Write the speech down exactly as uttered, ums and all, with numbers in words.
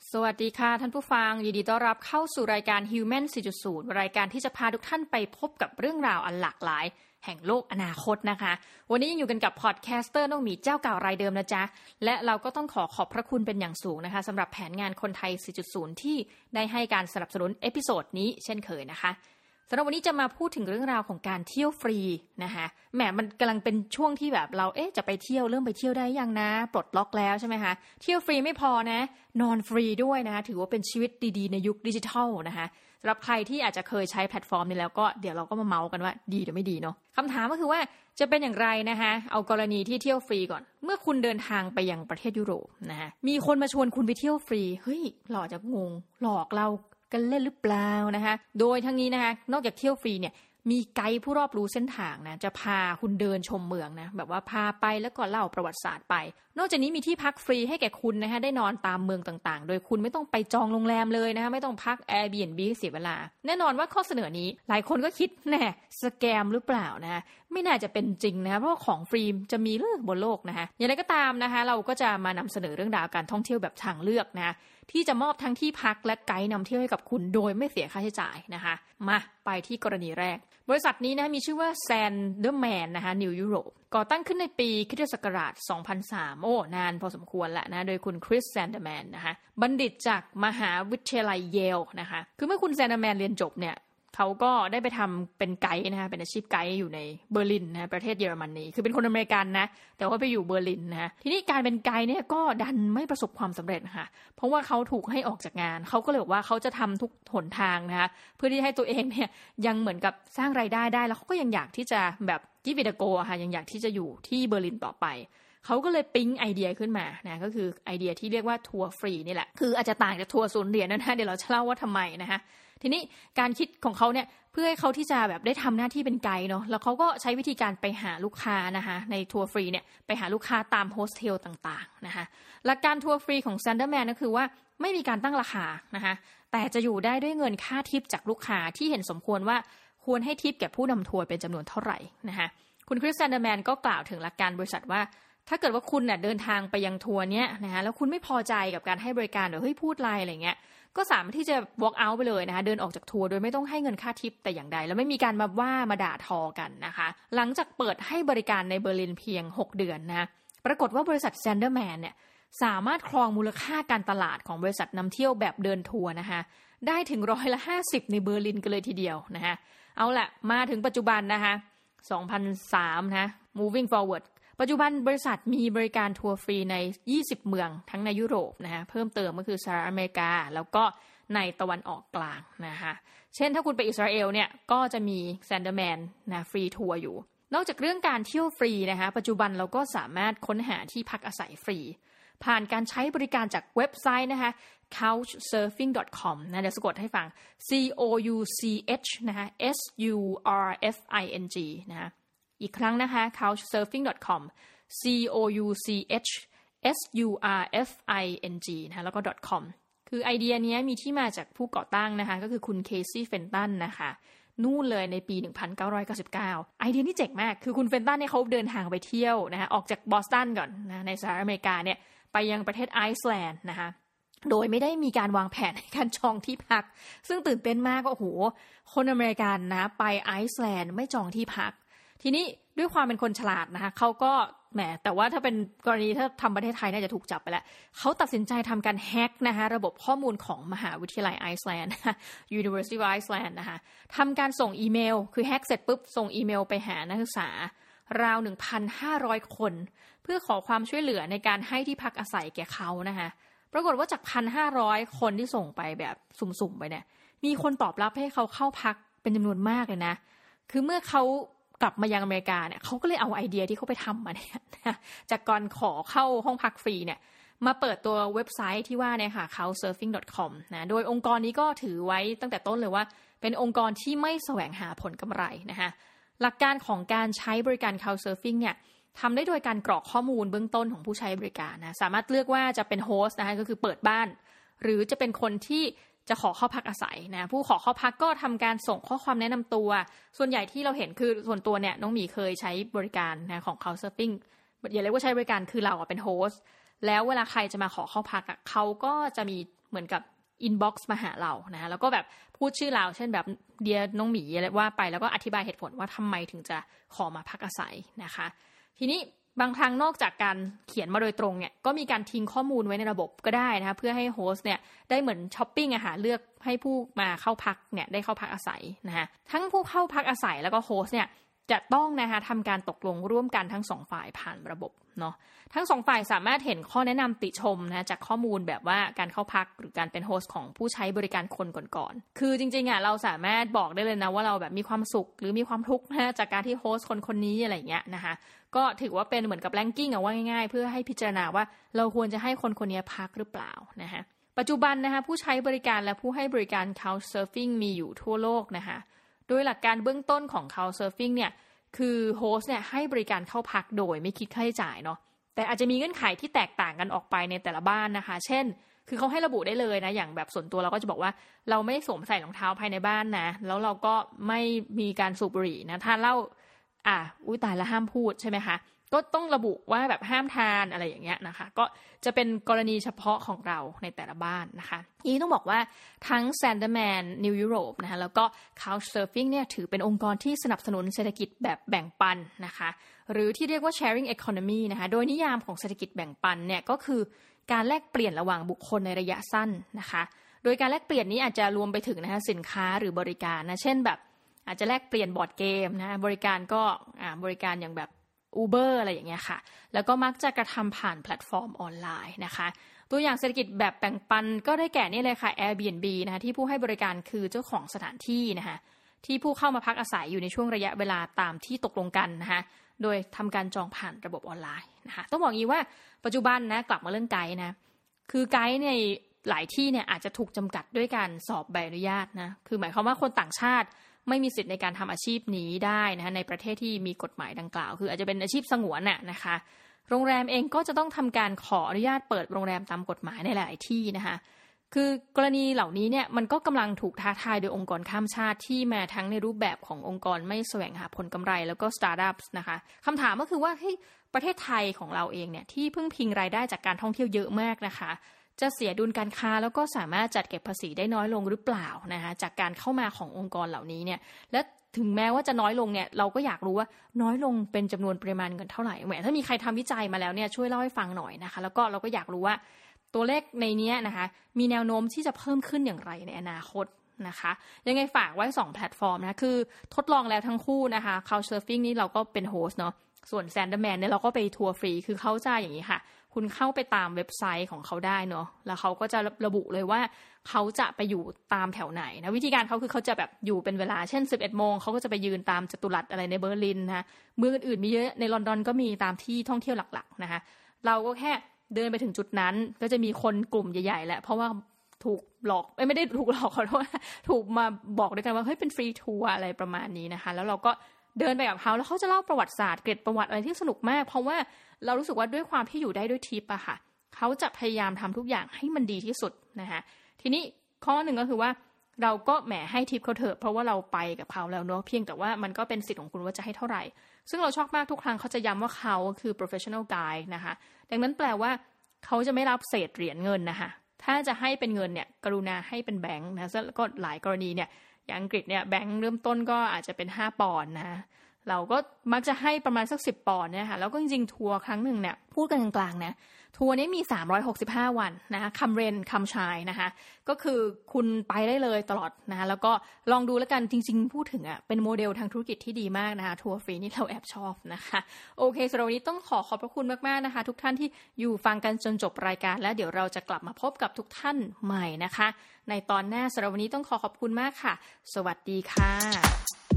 สวัสดีค่ะท่านผู้ฟังยินดีต้อนรับเข้าสู่รายการ Human สี่จุดศูนย์ รายการที่จะพาทุกท่านไปพบกับเรื่องราวอันหลากหลายแห่งโลกอนาคตนะคะวันนี้ยังอยู่กันกับพอดแคสเตอร์น้องหมีเจ้าเก่ารายเดิมนะจ๊ะและเราก็ต้องขอขอบพระคุณเป็นอย่างสูงนะคะสำหรับแผนงานคนไทย สี่จุดศูนย์ ที่ได้ให้การสนับสนุนเอพิโซดนี้เช่นเคยนะคะสำหรับวันนี้จะมาพูดถึงเรื่องราวของการเที่ยวฟรีนะคะแหมมันกำลังเป็นช่วงที่แบบเราเอ๊ะจะไปเที่ยวเริ่มไปเที่ยวได้ยังนะปลดล็อกแล้วใช่ไหมคะเที่ยวฟรีไม่พอนะนอนฟรีด้วยนะคะถือว่าเป็นชีวิตดีๆในยุคดิจิทัลนะคะสำหรับใครที่อาจจะเคยใช้แพลตฟอร์มนี้แล้วก็เดี๋ยวเราก็มาเมาส์กันว่าดีหรือไม่ดีเนาะคำถามก็คือว่าจะเป็นอย่างไรนะคะเอากรณีที่เที่ยวฟรีก่อนเมื่อคุณเดินทางไปยังประเทศยุโรปนะคะมีคนมาชวนคุณไปเที่ยวฟรีเฮ้ยหลอกจะงงหลอกเรากันเล่นหรือเปล่านะคะโดยทั้งนี้นะคะนอกจากเที่ยวฟรีเนี่ยมีไกด์ผู้รอบรู้เส้นทางนะจะพาคุณเดินชมเมืองนะแบบว่าพาไปแล้วก็เล่าประวัติศาสตร์ไปนอกจากนี้มีที่พักฟรีให้แก่คุณนะคะได้นอนตามเมืองต่างๆโดยคุณไม่ต้องไปจองโรงแรมเลยนะคะไม่ต้องพัก Airbnb เสียเวลาแน่นอนว่าข้อเสนอนี้หลายคนก็คิดแน่สแกมหรือเปล่านะไม่น่าจะเป็นจริงนะเพราะของฟรีจะมีเลือกบนโลกนะคะอย่างไรก็ตามนะคะเราก็จะมานำเสนอเรื่องราวการท่องเที่ยวแบบทางเลือกนะที่จะมอบทั้งที่พักและไกด์นำเที่ยวให้กับคุณโดยไม่เสียค่าใช้จ่ายนะคะมาไปที่กรณีแรกบริษัทนี้นะมีชื่อว่า Sanderman นะคะนิวยุโรปก่อตั้งขึ้นในปีคริสตศักราชสองพันสามโอ้นานพอสมควรแหละนะโดยคุณคริส Sanderman นะคะบัณฑิตจากมหาวิทยาลัยเยลนะคะคือเมื่อคุณ Sanderman เรียนจบเนี่ยเขาก็ได้ไปทำเป็นไกด์นะคะเป็นอาชีพไกด์อยู่ในเบอร์ลินนะประเทศเยอรมนีคือเป็นคนอเมริกันนะแต่ว่าไปอยู่เบอร์ลินนะทีนี้การเป็นไกด์เนี่ยก็ดันไม่ประสบความสำเร็จนะคะเพราะว่าเขาถูกให้ออกจากงานเขาก็เลยบอกว่าเขาจะทำทุกหนทางนะคะเพื่อที่ให้ตัวเองเนี่ยยังเหมือนกับสร้างรายได้ได้แล้วเขาก็ยังอยากที่จะแบบกิฟต์อิทโกค่ะยังอยากที่จะอยู่ที่เบอร์ลินต่อไปเขาก็เลยปิ๊งไอเดียขึ้นมานะก็คือไอเดียที่เรียกว่าทัวร์ฟรีนี่แหละคืออาจจะต่างจากทัวร์ศูนย์เหรียญนะเดี๋ยวเราจะเล่าว่าทำไมนะคะทีนี้การคิดของเขาเนี่ยเพื่อให้เขาที่จะแบบได้ทำหน้าที่เป็นไกด์เนาะแล้วเขาก็ใช้วิธีการไปหาลูกค้านะคะในทัวร์ฟรีเนี่ยไปหาลูกค้าตามโฮสเทลต่างๆนะคะหลักการทัวร์ฟรีของ Sanderman ก็คือว่าไม่มีการตั้งราคานะคะแต่จะอยู่ได้ด้วยเงินค่าทิปจากลูกค้าที่เห็นสมควรว่าควรให้ทิปแก่ผู้นำทัวร์เป็นจำนวนเท่าไหร่นะคะคุณคริส Sanderman ก็กล่าวถึงหลักการบริษัทว่าถ้าเกิดว่าคุณเนี่ยเดินทางไปยังทัวร์เนี้ยนะคะแล้วคุณไม่พอใจกับการให้บริการหรือเฮ้ยพูดอะไรอะไรเงี้ยก็สามารถที่จะ walk out ไปเลยนะคะเดินออกจากทัวร์โดยไม่ต้องให้เงินค่าทิปแต่อย่างใดแล้วไม่มีการมาว่ามาด่าทอกันนะคะหลังจากเปิดให้บริการในเบอร์ลินเพียงหกเดือนนะปรากฏว่าบริษัท Sanderman เนี่ยสามารถครองมูลค่าการตลาดของบริษัทนำเที่ยวแบบเดินทัวร์นะคะได้ถึงร้อยละห้าสิบในเบอร์ลินกันเลยทีเดียวนะคะเอาละมาถึงปัจจุบันนะคะสองพันสามนะ moving forwardปัจจุบันบริษัทมีบริการทัวร์ฟรีในยี่สิบเมืองทั้งในยุโรปนะคะเพิ่มเติมก็คือสหรัฐอเมริกาแล้วก็ในตะวันออกกลางนะคะเช่นถ้าคุณไปอิสราเอลเนี่ยก็จะมี Sanderman นะฟรีทัวร์อยู่นอกจากเรื่องการเที่ยวฟรีนะคะปัจจุบันเราก็สามารถค้นหาที่พักอาศัยฟรีผ่านการใช้บริการจากเว็บไซต์นะคะ couch surfing dot com นะเดี๋ยวสะกดให้ฟัง c o u c h นะคะ s u r f i n g นะคะอีกครั้งนะคะ couch surfing dot com c o u c h s u r f i n g นะคะแล้วก็ .com คือไอเดียนี้มีที่มาจากผู้ก่อตั้งนะคะก็คือคุณเคซี่เฟนตันนะคะนู่นเลยในปีหนึ่งพันเก้าร้อยเก้าสิบเก้าไอเดียนี้เจ๋งมากคือคุณเฟนตันเนี่ยเขาเดินทางไปเที่ยวนะคะออกจากบอสตันก่อนนะในสหรัฐอเมริกาเนี่ยไปยังประเทศไอซ์แลนด์นะคะโดยไม่ได้มีการวางแผนในการจองที่พักซึ่งตื่นเต้นมากว่าโอ้โหคนอเมริกันนะไปไอซ์แลนด์ไม่จองที่พักทีนี้ด้วยความเป็นคนฉลาดนะคะเขาก็แหมแต่ว่าถ้าเป็นกรณีถ้าทำประเทศไทยน่าจะถูกจับไปแล้วเขาตัดสินใจทำการแฮกนะคะระบบข้อมูลของมหาวิทยาลัยไอซ์แลนด์ University of Iceland นะคะทำการส่งอีเมลคือแฮกเสร็จปุ๊บส่งอีเมลไปหานักศึกษาราว หนึ่งพันห้าร้อย คนเพื่อขอความช่วยเหลือในการให้ที่พักอาศัยแก่เขานะคะปรากฏว่าจาก หนึ่งพันห้าร้อย คนที่ส่งไปแบบสุ่มๆไปเนี่ยมีคนตอบรับให้เขาเข้าพักเป็นจำนวนมากเลยนะคือเมื่อเขากลับมายังอเมริกาเนี่ยเขาก็เลยเอาไอเดียที่เขาไปทำมาเนี่ยจากการขอเข้าห้องพักฟรีเนี่ยมาเปิดตัวเว็บไซต์ที่ว่าเนี่ยค่ะ couch surfing dot com นะโดยองค์กรนี้ก็ถือไว้ตั้งแต่ต้นเลยว่าเป็นองค์กรที่ไม่แสวงหาผลกำไรนะคะหลักการของการใช้บริการ couch surfing เนี่ยทำได้โดยการกรอกข้อมูลเบื้องต้นของผู้ใช้บริการนะสามารถเลือกว่าจะเป็นโฮสต์นะคะก็คือเปิดบ้านหรือจะเป็นคนที่จะขอเข้าพักอาศัยนะผู้ขอเข้าพักก็ทำการส่งข้อความแนะนำตัวส่วนใหญ่ที่เราเห็นคือส่วนตัวเนี่ยน้องหมีเคยใช้บริการนะของ couch surfing อย่าเรียกว่าใช้บริการคือเราเป็นโฮสต์แล้วเวลาใครจะมาขอเข้าพักเขาก็จะมีเหมือนกับอินบ็อกซ์มาหาเรานะแล้วก็แบบพูดชื่อเราเช่นแบบเดียน้องหมีอะไรว่าไปแล้วก็อธิบายเหตุผลว่าทำไมถึงจะขอมาพักอาศัยนะคะทีนี้บางครั้งนอกจากการเขียนมาโดยตรงเนี่ยก็มีการทิ้งข้อมูลไว้ในระบบก็ได้นะคะเพื่อให้โฮสต์เนี่ยได้เหมือนช้อปปิ้งอะค่ะเลือกให้ผู้มาเข้าพักเนี่ยได้เข้าพักอาศัยนะคะทั้งผู้เข้าพักอาศัยแล้วก็โฮสต์เนี่ยจะต้องนะคะทำการตกลงร่วมกันทั้งสองฝ่ายผ่านระบบเนาะทั้งสองฝ่ายสามารถเห็นข้อแนะนำติชมนะจากข้อมูลแบบว่าการเข้าพักหรือการเป็นโฮสต์ของผู้ใช้บริการคนก่อนๆคือจริงๆอ่ะเราสามารถบอกได้เลยนะว่าเราแบบมีความสุขหรือมีความทุกข์นะจากการที่โฮสต์คนคนนี้อะไรเงี้ยนะคะก็ถือว่าเป็นเหมือนกับแรงกิ้งอ่ะว่าง่ายๆเพื่อให้พิจารณาว่าเราควรจะให้คนคนนี้พักหรือเปล่านะคะปัจจุบันนะคะผู้ใช้บริการและผู้ให้บริการ Couchsurfing มีอยู่ทั่วโลกนะคะโดยหลักการเบื้องต้นของ Couchsurfing เนี่ยคือโฮสต์เนี่ยให้บริการเข้าพักโดยไม่คิดค่าใช้จ่ายเนาะแต่อาจจะมีเงื่อนไขที่แตกต่างกันออกไปในแต่ละบ้านนะคะเช่นคือเขาให้ระบุได้เลยนะอย่างแบบส่วนตัวเราก็จะบอกว่าเราไม่สวมใส่รองเท้าภายในบ้านนะแล้วเราก็ไม่มีการสูบบุหรี่นะถ้าเล่าอ่ะอุ้ยตายแล้วห้ามพูดใช่ไหมคะก็ต้องระบุว่าแบบห้ามทานอะไรอย่างเงี้ยนะคะก็จะเป็นกรณีเฉพาะของเราในแต่ละบ้านนะคะทีนี้ต้องบอกว่าทั้ง Sanderman New Europe นะคะแล้วก็ Couchsurfing เนี่ยถือเป็นองค์กรที่สนับสนุนเศรษฐกิจแบบแบ่งปันนะคะหรือที่เรียกว่า sharing economy นะคะโดยนิยามของเศรษฐกิจแบ่งปันเนี่ยก็คือการแลกเปลี่ยนระหว่างบุคคลในระยะสั้นนะคะโดยการแลกเปลี่ยนนี้อาจจะรวมไปถึงนะคะสินค้าหรือบริการนะเช่นแบบอาจจะแลกเปลี่ยนบอร์ดเกมนะบริการก็อ่าบริการอย่างแบบ Uber อะไรอย่างเงี้ยค่ะแล้วก็มักจะกระทำผ่านแพลตฟอร์มออนไลน์นะคะตัวอย่างเศรษฐกิจแบบแบ่งปันก็ได้แก่นี่เลยค่ะ Airbnb นะคะที่ผู้ให้บริการคือเจ้าของสถานที่นะคะที่ผู้เข้ามาพักอาศัยอยู่ในช่วงระยะเวลาตามที่ตกลงกันนะคะโดยทำการจองผ่านระบบออนไลน์นะคะต้องบอกงี้ว่าปัจจุบันนะกลับมาเรื่องไกด์นะคือไกด์ในหลายที่เนี่ยอาจจะถูกจำกัดด้วยการสอบใบอนุญาตนะคือหมายความว่าคนต่างชาติไม่มีสิทธิ์ในการทำอาชีพนี้ได้นะคะในประเทศที่มีกฎหมายดังกล่าวคืออาจจะเป็นอาชีพสงวนน่ะนะคะโรงแรมเองก็จะต้องทำการขออนุญาตเปิดโรงแรมตามกฎหมายในหลายที่นะคะคือกรณีเหล่านี้เนี่ยมันก็กำลังถูกท้าทายโดยองค์กรข้ามชาติที่มาทั้งในรูปแบบขององค์กรไม่แสวงหาผลกำไรแล้วก็สตาร์ทอัพนะคะคำถามก็คือว่าเฮ้ยประเทศไทยของเราเองเนี่ยที่พึ่งพิงรายได้จากการท่องเที่ยวเยอะมากนะคะจะเสียดุลการค้าแล้วก็สามารถจัดเก็บภาษีได้น้อยลงหรือเปล่านะคะจากการเข้ามาขององค์กรเหล่านี้เนี่ยและถึงแม้ว่าจะน้อยลงเนี่ยเราก็อยากรู้ว่าน้อยลงเป็นจำนวนปริมาณเงินเท่าไหร่แหมถ้ามีใครทำวิจัยมาแล้วเนี่ยช่วยเล่าให้ฟังหน่อยนะคะแล้วก็เราก็อยากรู้ว่าตัวเลขในนี้นะคะมีแนวโน้มที่จะเพิ่มขึ้นอย่างไรในอนาคตนะคะยังไงฝากไว้สองแพลตฟอร์มนะคือทดลองแล้วทั้งคู่นะคะ Couchsurfing นี่เราก็เป็นโฮสต์เนาะส่วน Sanderman เนี่ยเราก็ไปทัวร์ฟรีคือเขาจะอย่างนี้ค่ะคุณเข้าไปตามเว็บไซต์ของเขาได้เนาะแล้วเขาก็จะระบุเลยว่าเขาจะไปอยู่ตามแถวไหนนะวิธีการเขาคือเขาจะแบบอยู่เป็นเวลาเช่น สิบเอ็ดโมงเขาก็จะไปยืนตามจัตุรัสอะไรในเบอร์ลินนะเมืองอื่นๆมีเยอะในลอนดอนก็มีตามที่ท่องเที่ยวหลักๆนะคะเราก็แค่เดินไปถึงจุดนั้นก็จะมีคนกลุ่มใหญ่ๆแหละเพราะว่าถูกหลอกไม่ได้ถูกหลอกขอโทษถูกมาบอกด้วยกันว่าเฮ้ยเป็นฟรีทัวร์อะไรประมาณนี้นะคะแล้วเราก็เดินไปกับเขาแล้วเขาจะเล่าประวัติศาสตร์เกร็ดประวัติอะไรที่สนุกมากเพราะว่าเรารู้สึกว่าด้วยความที่อยู่ได้ด้วยทิปอะค่ะเขาจะพยายามทำทุกอย่างให้มันดีที่สุดนะคะทีนี้ข้อหนึ่งก็คือว่าเราก็แหมให้ทิปเขาเถอะเพราะว่าเราไปกับเขาแล้วเนาะเพียงแต่ว่ามันก็เป็นสิทธิ์ของคุณว่าจะให้เท่าไหร่ซึ่งเราชอบมากทุกครั้งเขาจะย้ำว่าเขาคือ professional guide นะคะดังนั้นแปลว่าเขาจะไม่รับเศษเหรียญเงินนะคะถ้าจะให้เป็นเงินเนี่ยกรุณาให้เป็นแบงค์นะแล้วก็หลายกรณีเนี่ยอย่างอังกฤษเนี่ยแบงค์เริ่มต้นก็อาจจะเป็นห้าปอนด์นะเราก็มักจะให้ประมาณสักสิบปอนด์เนี่ยค่ะแล้วก็จริงๆทัวร์ครั้งหนึ่งเนี่ยพูดกันกลางๆนะทัวร์นี้มีสามร้อยหกสิบห้าวันนะคะคำเรนคำชายนะคะก็คือคุณไปได้เลยตลอดนะคะแล้วก็ลองดูแล้วกันจริงๆพูดถึงอ่ะเป็นโมเดลทางธุรกิจที่ดีมากนะคะทัวร์ฟรีนี่เราแอบชอบนะคะโอเคสำหรับวันนี้ต้องขอขอบพระคุณมากๆนะคะทุกท่านที่อยู่ฟังกันจนจบรายการและเดี๋ยวเราจะกลับมาพบกับทุกท่านใหม่นะคะในตอนหน้าสำหรับวันนี้ต้องขอขอบคุณมากค่ะสวัสดีค่ะ